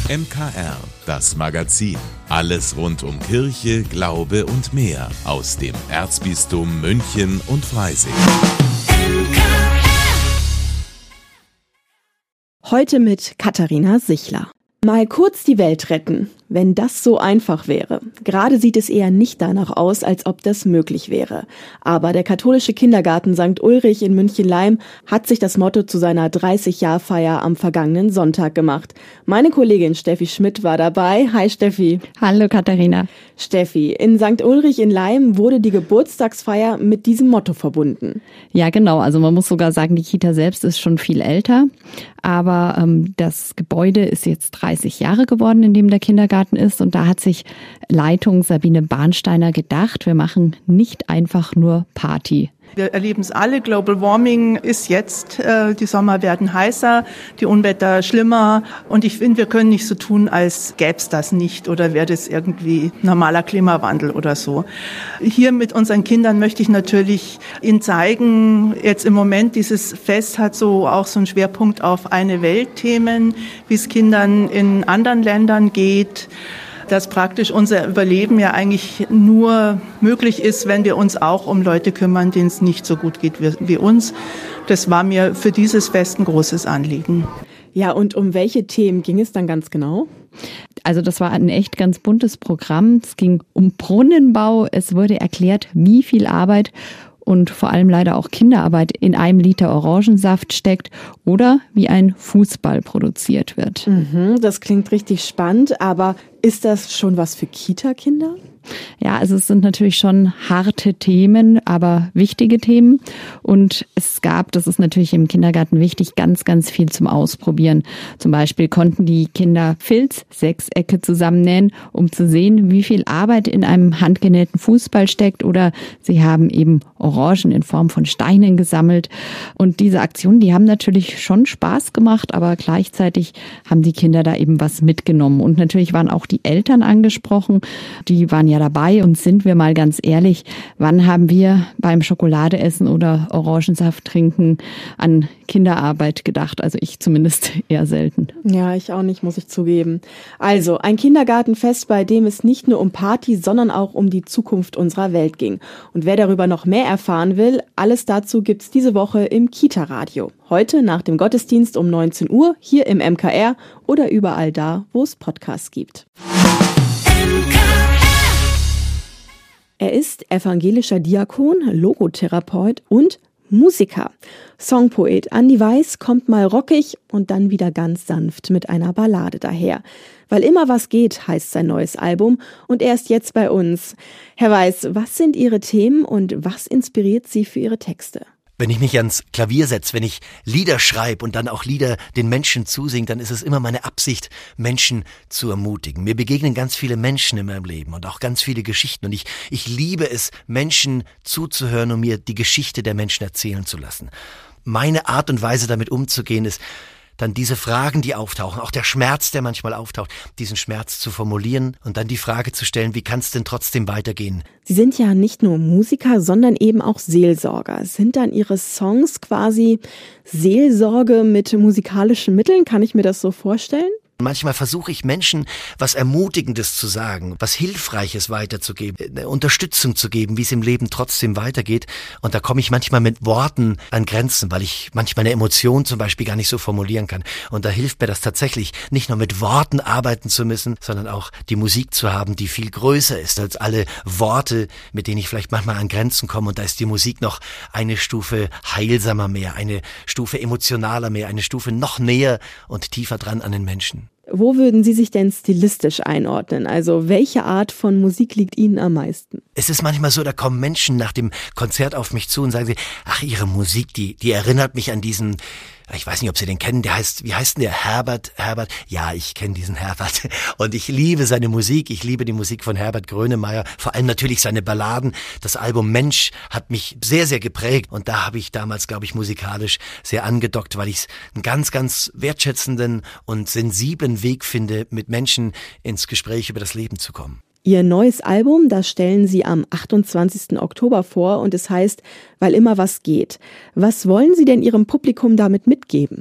MKR, das Magazin. Alles rund um Kirche, Glaube und mehr aus dem Erzbistum München und Freising. Heute mit Katharina Sichler. Mal kurz die Welt retten, wenn das so einfach wäre. Gerade sieht es eher nicht danach aus, als ob das möglich wäre. Aber der katholische Kindergarten St. Ulrich in München-Laim hat sich das Motto zu seiner 30-Jahr-Feier am vergangenen Sonntag gemacht. Meine Kollegin Steffi Schmidt war dabei. Hi Steffi. Hallo Katharina. Steffi, in St. Ulrich in Laim wurde die Geburtstagsfeier mit diesem Motto verbunden. Ja genau, also man muss sogar sagen, die Kita selbst ist schon viel älter. Aber das Gebäude ist jetzt 30 Jahre geworden, in dem der Kindergarten ist. Und da hat sich Leitung Sabine Bahnsteiner gedacht, wir machen nicht einfach nur Party. Wir erleben es alle, Global Warming ist jetzt, die Sommer werden heißer, die Unwetter schlimmer und ich finde, wir können nicht so tun, als gäbe es das nicht oder wäre das irgendwie normaler Klimawandel oder so. Hier mit unseren Kindern möchte ich natürlich Ihnen zeigen, jetzt im Moment dieses Fest hat so auch so einen Schwerpunkt auf eine Welt-Themen, wie es Kindern in anderen Ländern geht, dass praktisch unser Überleben ja eigentlich nur möglich ist, wenn wir uns auch um Leute kümmern, denen es nicht so gut geht wie uns. Das war mir für dieses Fest ein großes Anliegen. Ja, und um welche Themen ging es dann ganz genau? Also das war ein echt ganz buntes Programm. Es ging um Brunnenbau. Es wurde erklärt, wie viel Arbeit und vor allem leider auch Kinderarbeit in einem Liter Orangensaft steckt oder wie ein Fußball produziert wird. Das klingt richtig spannend, aber ist das schon was für Kita-Kinder? Ja, also es sind natürlich schon harte Themen, aber wichtige Themen. Und es gab, das ist natürlich im Kindergarten wichtig, ganz, ganz viel zum Ausprobieren. Zum Beispiel konnten die Kinder Filz-Sechsecke zusammennähen, um zu sehen, wie viel Arbeit in einem handgenähten Fußball steckt. Oder sie haben eben Orangen in Form von Steinen gesammelt. Und diese Aktionen, die haben natürlich schon Spaß gemacht, aber gleichzeitig haben die Kinder da eben was mitgenommen. Und natürlich waren auch die Eltern angesprochen, die waren ja dabei. Und sind wir mal ganz ehrlich, wann haben wir beim Schokoladeessen oder Orangensaft trinken an Kinderarbeit gedacht? Also ich zumindest eher selten. Ja, ich auch nicht, muss ich zugeben. Also ein Kindergartenfest, bei dem es nicht nur um Party, sondern auch um die Zukunft unserer Welt ging. Und wer darüber noch mehr erfahren will, alles dazu gibt's diese Woche im Kita-Radio. Heute nach dem Gottesdienst um 19 Uhr hier im MKR oder überall da, wo es Podcasts gibt. Er ist evangelischer Diakon, Logotherapeut und Musiker. Songpoet Andi Weiß kommt mal rockig und dann wieder ganz sanft mit einer Ballade daher. Weil immer was geht, heißt sein neues Album und er ist jetzt bei uns. Herr Weiß, was sind Ihre Themen und was inspiriert Sie für Ihre Texte? Wenn ich mich ans Klavier setze, wenn ich Lieder schreibe und dann auch Lieder den Menschen zusinge, dann ist es immer meine Absicht, Menschen zu ermutigen. Mir begegnen ganz viele Menschen in meinem Leben und auch ganz viele Geschichten. Und ich liebe es, Menschen zuzuhören und mir die Geschichte der Menschen erzählen zu lassen. Meine Art und Weise, damit umzugehen, ist dann diese Fragen, die auftauchen, auch der Schmerz, der manchmal auftaucht, diesen Schmerz zu formulieren und dann die Frage zu stellen, wie kann es denn trotzdem weitergehen? Sie sind ja nicht nur Musiker, sondern eben auch Seelsorger. Sind dann Ihre Songs quasi Seelsorge mit musikalischen Mitteln? Kann ich mir das so vorstellen? Manchmal versuche ich Menschen was Ermutigendes zu sagen, was Hilfreiches weiterzugeben, eine Unterstützung zu geben, wie es im Leben trotzdem weitergeht. Und da komme ich manchmal mit Worten an Grenzen, weil ich manchmal eine Emotion zum Beispiel gar nicht so formulieren kann. Und da hilft mir das tatsächlich, nicht nur mit Worten arbeiten zu müssen, sondern auch die Musik zu haben, die viel größer ist als alle Worte, mit denen ich vielleicht manchmal an Grenzen komme. Und da ist die Musik noch eine Stufe heilsamer mehr, eine Stufe emotionaler mehr, eine Stufe noch näher und tiefer dran an den Menschen. Wo würden Sie sich denn stilistisch einordnen? Also welche Art von Musik liegt Ihnen am meisten? Es ist manchmal so, da kommen Menschen nach dem Konzert auf mich zu und sagen sie, ach, Ihre Musik, die erinnert mich an diesen, ich weiß nicht, ob Sie den kennen, wie heißt denn der? Herbert? Ja, ich kenne diesen Herbert. Und ich liebe seine Musik, ich liebe die Musik von Herbert Grönemeyer, vor allem natürlich seine Balladen. Das Album Mensch hat mich sehr, sehr geprägt und da habe ich damals, glaube ich, musikalisch sehr angedockt, weil ich es einen ganz, ganz wertschätzenden und sensiblen Weg finde, mit Menschen ins Gespräch über das Leben zu kommen. Ihr neues Album, das stellen Sie am 28. Oktober vor und es heißt, weil immer was geht. Was wollen Sie denn Ihrem Publikum damit mitgeben?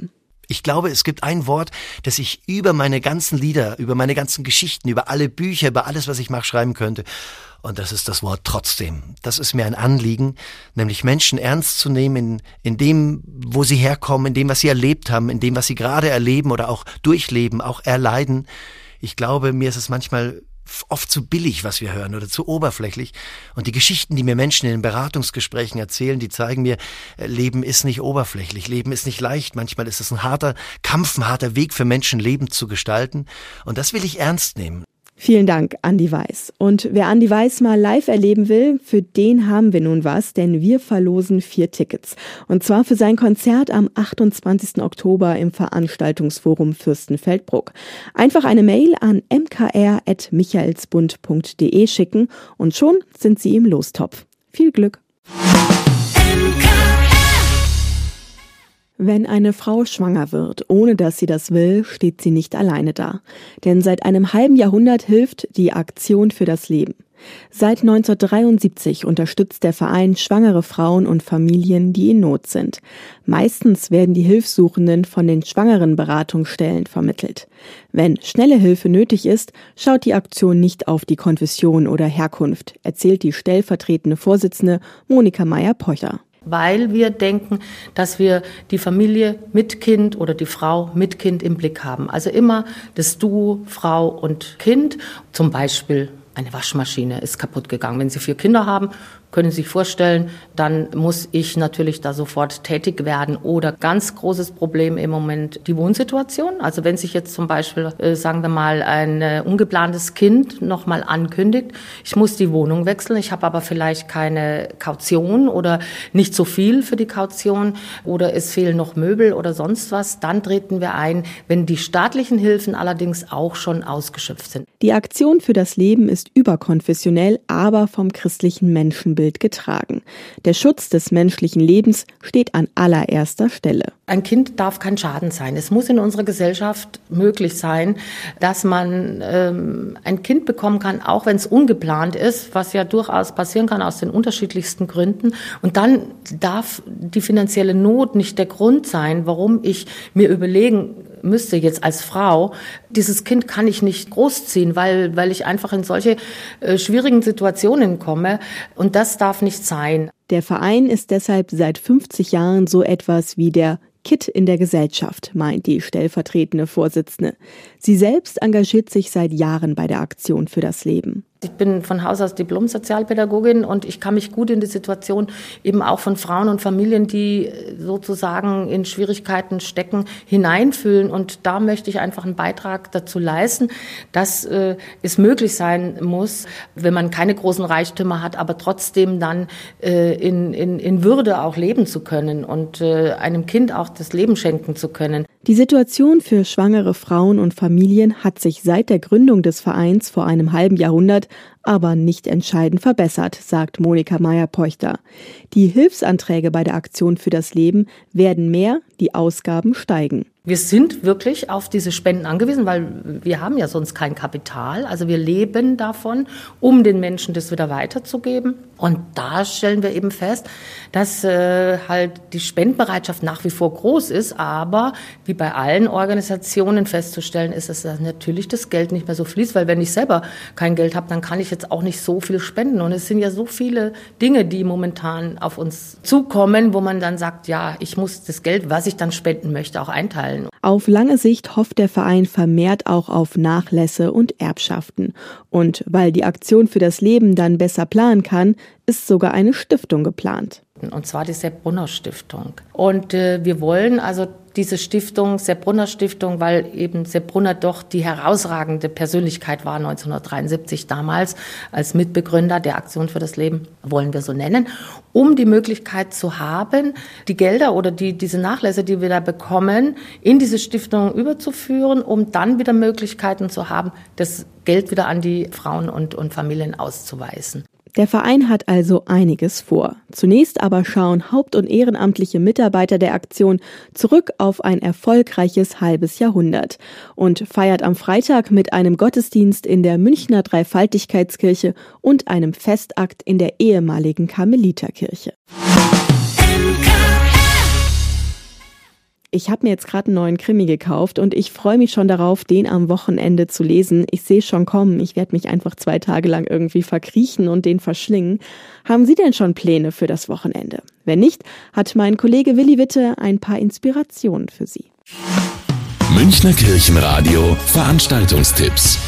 Ich glaube, es gibt ein Wort, das ich über meine ganzen Lieder, über meine ganzen Geschichten, über alle Bücher, über alles, was ich mache, schreiben könnte. Und das ist das Wort trotzdem. Das ist mir ein Anliegen, nämlich Menschen ernst zu nehmen in dem, wo sie herkommen, in dem, was sie erlebt haben, in dem, was sie gerade erleben oder auch durchleben, auch erleiden. Ich glaube, mir ist es manchmal oft zu billig, was wir hören, oder zu oberflächlich. Und die Geschichten, die mir Menschen in den Beratungsgesprächen erzählen, die zeigen mir, Leben ist nicht oberflächlich, Leben ist nicht leicht. Manchmal ist es ein harter Kampf, ein harter Weg für Menschen, Leben zu gestalten. Und das will ich ernst nehmen. Vielen Dank, Andi Weiß. Und wer Andi Weiß mal live erleben will, für den haben wir nun was, denn wir verlosen 4 Tickets. Und zwar für sein Konzert am 28. Oktober im Veranstaltungsforum Fürstenfeldbruck. Einfach eine Mail an mkr@michaelsbund.de schicken und schon sind Sie im Lostopf. Viel Glück! Wenn eine Frau schwanger wird, ohne dass sie das will, steht sie nicht alleine da. Denn seit einem halben Jahrhundert hilft die Aktion für das Leben. Seit 1973 unterstützt der Verein schwangere Frauen und Familien, die in Not sind. Meistens werden die Hilfssuchenden von den Schwangerenberatungsstellen vermittelt. Wenn schnelle Hilfe nötig ist, schaut die Aktion nicht auf die Konfession oder Herkunft, erzählt die stellvertretende Vorsitzende Monika Meyer-Pocher. Weil wir denken, dass wir die Familie mit Kind oder die Frau mit Kind im Blick haben. Also immer das Duo, Frau und Kind. Zum Beispiel eine Waschmaschine ist kaputt gegangen. Wenn Sie 4 Kinder haben, können Sie sich vorstellen, dann muss ich natürlich da sofort tätig werden. Oder ganz großes Problem im Moment die Wohnsituation. Also wenn sich jetzt zum Beispiel, sagen wir mal, ein ungeplantes Kind nochmal ankündigt, ich muss die Wohnung wechseln, ich habe aber vielleicht keine Kaution oder nicht so viel für die Kaution oder es fehlen noch Möbel oder sonst was, dann treten wir ein, wenn die staatlichen Hilfen allerdings auch schon ausgeschöpft sind. Die Aktion für das Leben ist überkonfessionell, aber vom christlichen Menschenbild getragen. Der Schutz des menschlichen Lebens steht an allererster Stelle. Ein Kind darf kein Schaden sein. Es muss in unserer Gesellschaft möglich sein, dass man ein Kind bekommen kann, auch wenn es ungeplant ist, was ja durchaus passieren kann aus den unterschiedlichsten Gründen. Und dann darf die finanzielle Not nicht der Grund sein, warum ich mir überlegen müsste jetzt als Frau, dieses Kind kann ich nicht großziehen, weil ich einfach in solche schwierigen Situationen komme. Und das darf nicht sein. Der Verein ist deshalb seit 50 Jahren so etwas wie der Kitt in der Gesellschaft, meint die stellvertretende Vorsitzende. Sie selbst engagiert sich seit Jahren bei der Aktion für das Leben. Ich bin von Haus aus Diplom-Sozialpädagogin und ich kann mich gut in die Situation eben auch von Frauen und Familien, die sozusagen in Schwierigkeiten stecken, hineinfühlen. Und da möchte ich einfach einen Beitrag dazu leisten, dass es möglich sein muss, wenn man keine großen Reichtümer hat, aber trotzdem dann in Würde auch leben zu können und einem Kind auch das Leben schenken zu können. Die Situation für schwangere Frauen und Familien hat sich seit der Gründung des Vereins vor einem halben Jahrhundert aber nicht entscheidend verbessert, sagt Monika Meyer-Pochter. Die Hilfsanträge bei der Aktion für das Leben werden mehr, die Ausgaben steigen. Wir sind wirklich auf diese Spenden angewiesen, weil wir haben ja sonst kein Kapital. Also wir leben davon, um den Menschen das wieder weiterzugeben. Und da stellen wir eben fest, dass halt die Spendenbereitschaft nach wie vor groß ist. Aber wie bei allen Organisationen festzustellen ist, dass natürlich das Geld nicht mehr so fließt. Weil wenn ich selber kein Geld habe, dann kann ich jetzt auch nicht so viel spenden. Und es sind ja so viele Dinge, die momentan auf uns zukommen, wo man dann sagt, ja, ich muss das Geld, was ich dann spenden möchte, auch einteilen. Auf lange Sicht hofft der Verein vermehrt auch auf Nachlässe und Erbschaften. Und weil die Aktion für das Leben dann besser planen kann, ist sogar eine Stiftung geplant. Und zwar die Sepp Brunner Stiftung. Und wir wollen also diese Stiftung, Sepp Brunner Stiftung, weil eben Sepp Brunner doch die herausragende Persönlichkeit war 1973 damals als Mitbegründer der Aktion für das Leben, wollen wir so nennen, um die Möglichkeit zu haben, die Gelder oder diese Nachlässe, die wir da bekommen, in diese Stiftung überzuführen, um dann wieder Möglichkeiten zu haben, das Geld wieder an die Frauen und Familien auszuweisen. Der Verein hat also einiges vor. Zunächst aber schauen haupt- und ehrenamtliche Mitarbeiter der Aktion zurück auf ein erfolgreiches halbes Jahrhundert und feiert am Freitag mit einem Gottesdienst in der Münchner Dreifaltigkeitskirche und einem Festakt in der ehemaligen Karmeliterkirche. Ich habe mir jetzt gerade einen neuen Krimi gekauft und ich freue mich schon darauf, den am Wochenende zu lesen. Ich sehe schon kommen, ich werde mich einfach 2 Tage lang irgendwie verkriechen und den verschlingen. Haben Sie denn schon Pläne für das Wochenende? Wenn nicht, hat mein Kollege Willi Witte ein paar Inspirationen für Sie. Münchner Kirchenradio Veranstaltungstipps.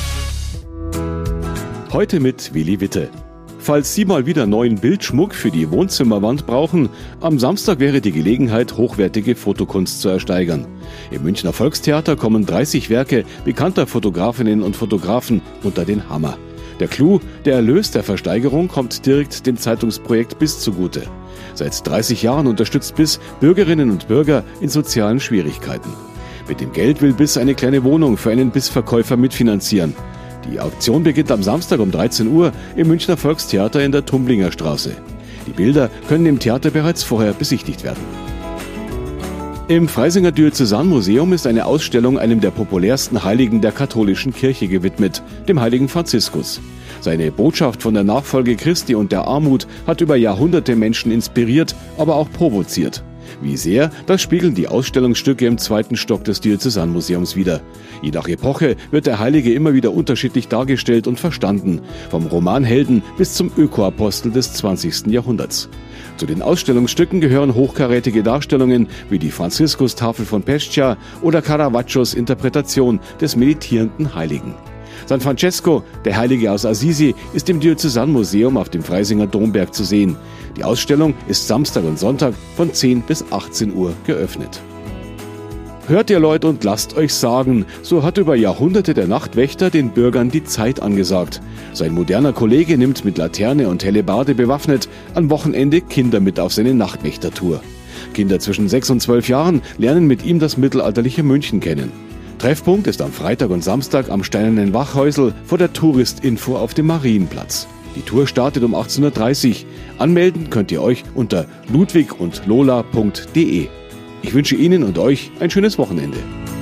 Heute mit Willi Witte. Falls Sie mal wieder neuen Bildschmuck für die Wohnzimmerwand brauchen, am Samstag wäre die Gelegenheit, hochwertige Fotokunst zu ersteigern. Im Münchner Volkstheater kommen 30 Werke bekannter Fotografinnen und Fotografen unter den Hammer. Der Clou, der Erlös der Versteigerung kommt direkt dem Zeitungsprojekt BIS zugute. Seit 30 Jahren unterstützt BIS Bürgerinnen und Bürger in sozialen Schwierigkeiten. Mit dem Geld will BIS eine kleine Wohnung für einen BIS-Verkäufer mitfinanzieren. Die Auktion beginnt am Samstag um 13 Uhr im Münchner Volkstheater in der Tumblinger Straße. Die Bilder können im Theater bereits vorher besichtigt werden. Im Freisinger Diözesanmuseum ist eine Ausstellung einem der populärsten Heiligen der katholischen Kirche gewidmet, dem heiligen Franziskus. Seine Botschaft von der Nachfolge Christi und der Armut hat über Jahrhunderte Menschen inspiriert, aber auch provoziert. Wie sehr, das spiegeln die Ausstellungsstücke im 2. Stock des Diözesanmuseums wider. Je nach Epoche wird der Heilige immer wieder unterschiedlich dargestellt und verstanden, vom Romanhelden bis zum Ökoapostel des 20. Jahrhunderts. Zu den Ausstellungsstücken gehören hochkarätige Darstellungen wie die Franziskus-Tafel von Pescia oder Caravaggios Interpretation des meditierenden Heiligen. San Francesco, der Heilige aus Assisi, ist im Diözesanmuseum auf dem Freisinger Domberg zu sehen. Die Ausstellung ist Samstag und Sonntag von 10 bis 18 Uhr geöffnet. Hört ihr Leute und lasst euch sagen, so hat über Jahrhunderte der Nachtwächter den Bürgern die Zeit angesagt. Sein moderner Kollege nimmt mit Laterne und Hellebarde bewaffnet am Wochenende Kinder mit auf seine Nachtwächtertour. Kinder zwischen 6 und 12 Jahren lernen mit ihm das mittelalterliche München kennen. Treffpunkt ist am Freitag und Samstag am Steinernen Wachhäusl vor der Touristinfo auf dem Marienplatz. Die Tour startet um 18.30 Uhr. Anmelden könnt ihr euch unter ludwigundlola.de. Ich wünsche Ihnen und euch ein schönes Wochenende.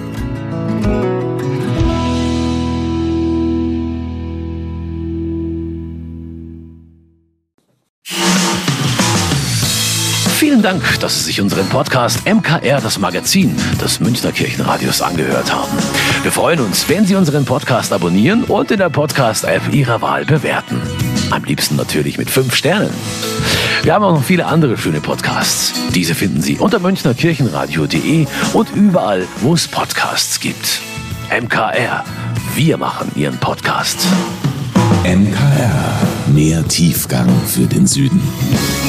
Vielen Dank, dass Sie sich unseren Podcast MKR, das Magazin des Münchner Kirchenradios, angehört haben. Wir freuen uns, wenn Sie unseren Podcast abonnieren und in der Podcast-App Ihrer Wahl bewerten. Am liebsten natürlich mit 5 Sternen. Wir haben auch noch viele andere schöne Podcasts. Diese finden Sie unter münchnerkirchenradio.de und überall, wo es Podcasts gibt. MKR, wir machen Ihren Podcast. MKR, mehr Tiefgang für den Süden.